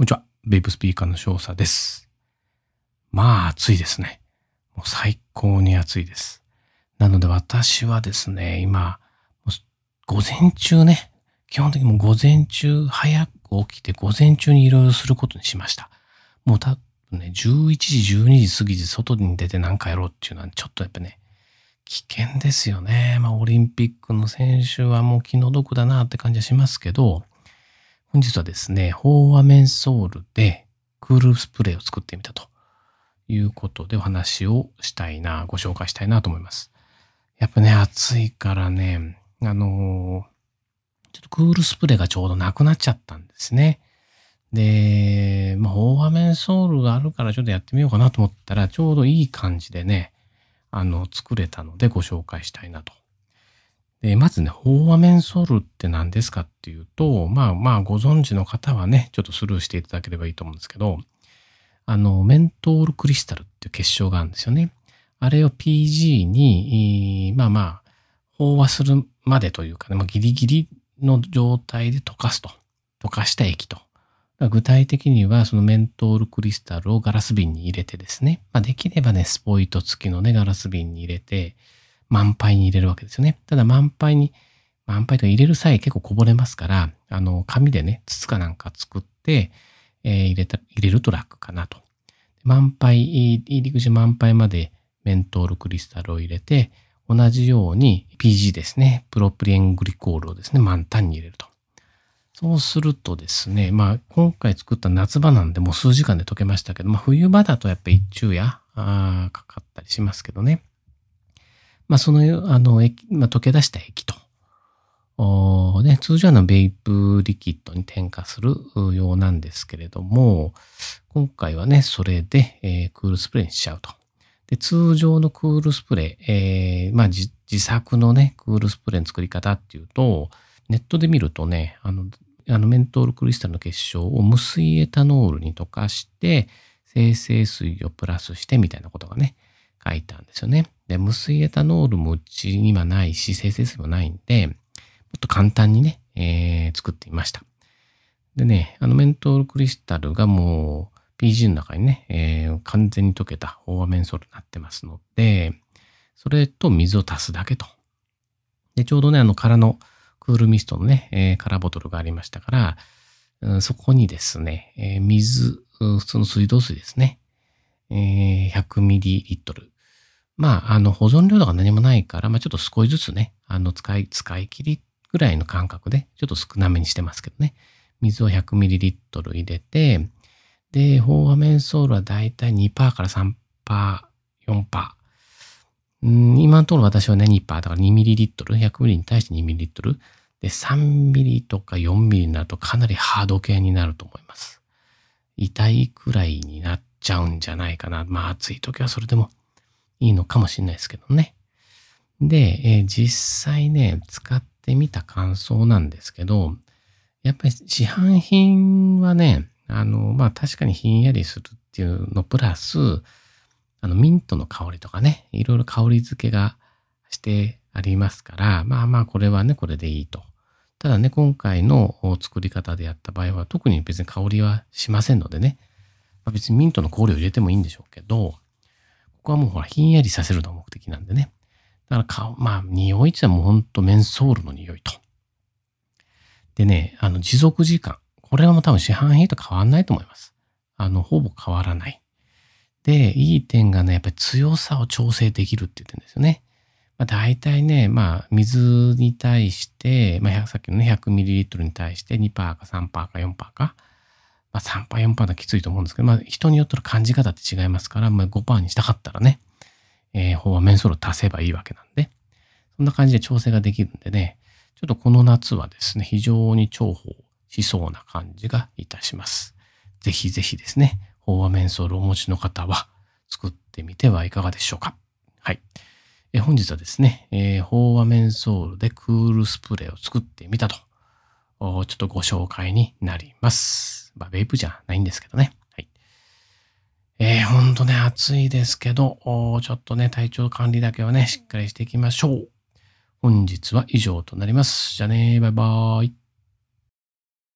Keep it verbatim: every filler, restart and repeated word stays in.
こんにちは。ベイプスピーカーの翔太です。まあ暑いですね。もう最高に暑いです。なので私はですね、今、午前中ね、基本的にもう午前中早く起きて午前中にいろいろすることにしました。もう多分ね、じゅういちじ、じゅうにじ過ぎて外に出て何かやろうっていうのはちょっとやっぱね、危険ですよね。まあオリンピックの選手はもう気の毒だなって感じはしますけど、本日はですね、飽和メンソールでクールスプレーを作ってみたということでお話をしたいな、ご紹介したいなと思います。やっぱね、暑いからね、あのー、ちょっとクールスプレーがちょうどなくなっちゃったんですね。で、まあ、飽和メンソールがあるからちょっとやってみようかなと思ったら、ちょうどいい感じでね、あの、作れたのでご紹介したいなと。で、まずね、飽和メンソールって何ですかっていうと、まあまあご存知の方はね、ちょっとスルーしていただければいいと思うんですけど、あの、メントールクリスタルっていう結晶があるんですよね。あれを ピージー に、まあまあ、飽和するまでというかね、まあ、ギリギリの状態で溶かすと。溶かした液と。具体的には、そのメントールクリスタルをガラス瓶に入れてですね、まあ、できればね、スポイト付きのね、ガラス瓶に入れて、満杯に入れるわけですよね。ただ満杯に、満杯とか入れる際結構こぼれますから、あの、紙でね、筒かなんか作って、えー入れた、入れると楽かなと。満杯、入り口満杯までメントールクリスタルを入れて、同じように ピージー ですね、プロピレングリコールをですね、満タンに入れると。そうするとですね、まあ、今回作った夏場なんでもう数時間で溶けましたけど、まあ、冬場だとやっぱり一昼夜あかかったりしますけどね。まあ、その、あの、液、まあ、溶け出した液と、おね、通常のベイプリキッドに添加するようなんですけれども、今回はね、それで、えークールスプレーにしちゃうと。で、通常のクールスプレー、えーまあ自、自作のね、クールスプレーの作り方っていうと、ネットで見るとね、あの、あのメントールクリスタルの結晶を無水エタノールに溶かして、精製水をプラスしてみたいなことがね、書いてあるんですよね。で、無水エタノールもうちにはないし、精製水もないんで、もっと簡単にね、えー作ってみました。でね、あのメントールクリスタルがもう ピージー の中にね、えー完全に溶けた飽和メンソールになってますので、それと水を足すだけと。で、ちょうどね、あの空のクールミストのね、えー空ボトルがありましたから、うんそこにですね、えー水、うん普通の水道水ですね、えー ひゃくミリリットル。まあ、あの、保存量とか何もないから、まあ、ちょっと少しずつね、あの、使い、使い切りぐらいの感覚で、ちょっと少なめにしてますけどね。水を ひゃくミリリットル 入れて、で、飽和メンソールはだいたい にパーセント から さんパーセント、よんパーセント。うん、今のところ私はね、にパーセントだから にミリリットル、ひゃくミリに対して にミリリットル。で、さんミリとかよんミリになるとかなりハード系になると思います。痛いくらいになっちゃうんじゃないかな。まあ、暑い時はそれでもいいのかもしれないですけどね。で、えー実際ね、使ってみた感想なんですけど、やっぱり市販品はね、あの、まあ確かにひんやりするっていうのプラス、あの、ミントの香りとかね、いろいろ香り付けがしてありますから、まあまあこれはね、これでいいと。ただね、今回の作り方でやった場合は特に別に香りはしませんのでね、まあ、別にミントの香料を入れてもいいんでしょうけど、ここはもうほら、ひんやりさせるのが目的なんでね。だから顔、まあ、匂いってのはもうほんとメンソールの匂いと。でね、あの、持続時間。これはもう多分市販品と変わんないと思います。あの、ほぼ変わらない。で、いい点がね、やっぱり強さを調整できるって言ってるんですよね。まあ、大体ね、まあ、水に対して、まあ、さっきのね、ひゃくミリリットル に対して にパーセント か さんパーセント か よんパーセント か。まあ、さんパーセント、よんパーセント はきついと思うんですけど、まあ、人によっての感じ方って違いますから、まあ、ごパーセント にしたかったらね、えー、飽和メンソールを足せばいいわけなんで、そんな感じで調整ができるんでね、ちょっとこの夏はですね、非常に重宝しそうな感じがいたします。ぜひぜひですね、飽和メンソールをお持ちの方は作ってみてはいかがでしょうか。はい。え本日はですね、えー、飽和メンソールでクールスプレーを作ってみたと、おちょっとご紹介になります。まあ、ベイプじゃないんですけどね。はい。えー、ほんとね、暑いですけど、おちょっとね、体調管理だけはね、しっかりしていきましょう。本日は以上となります。じゃあね、バイバーイ。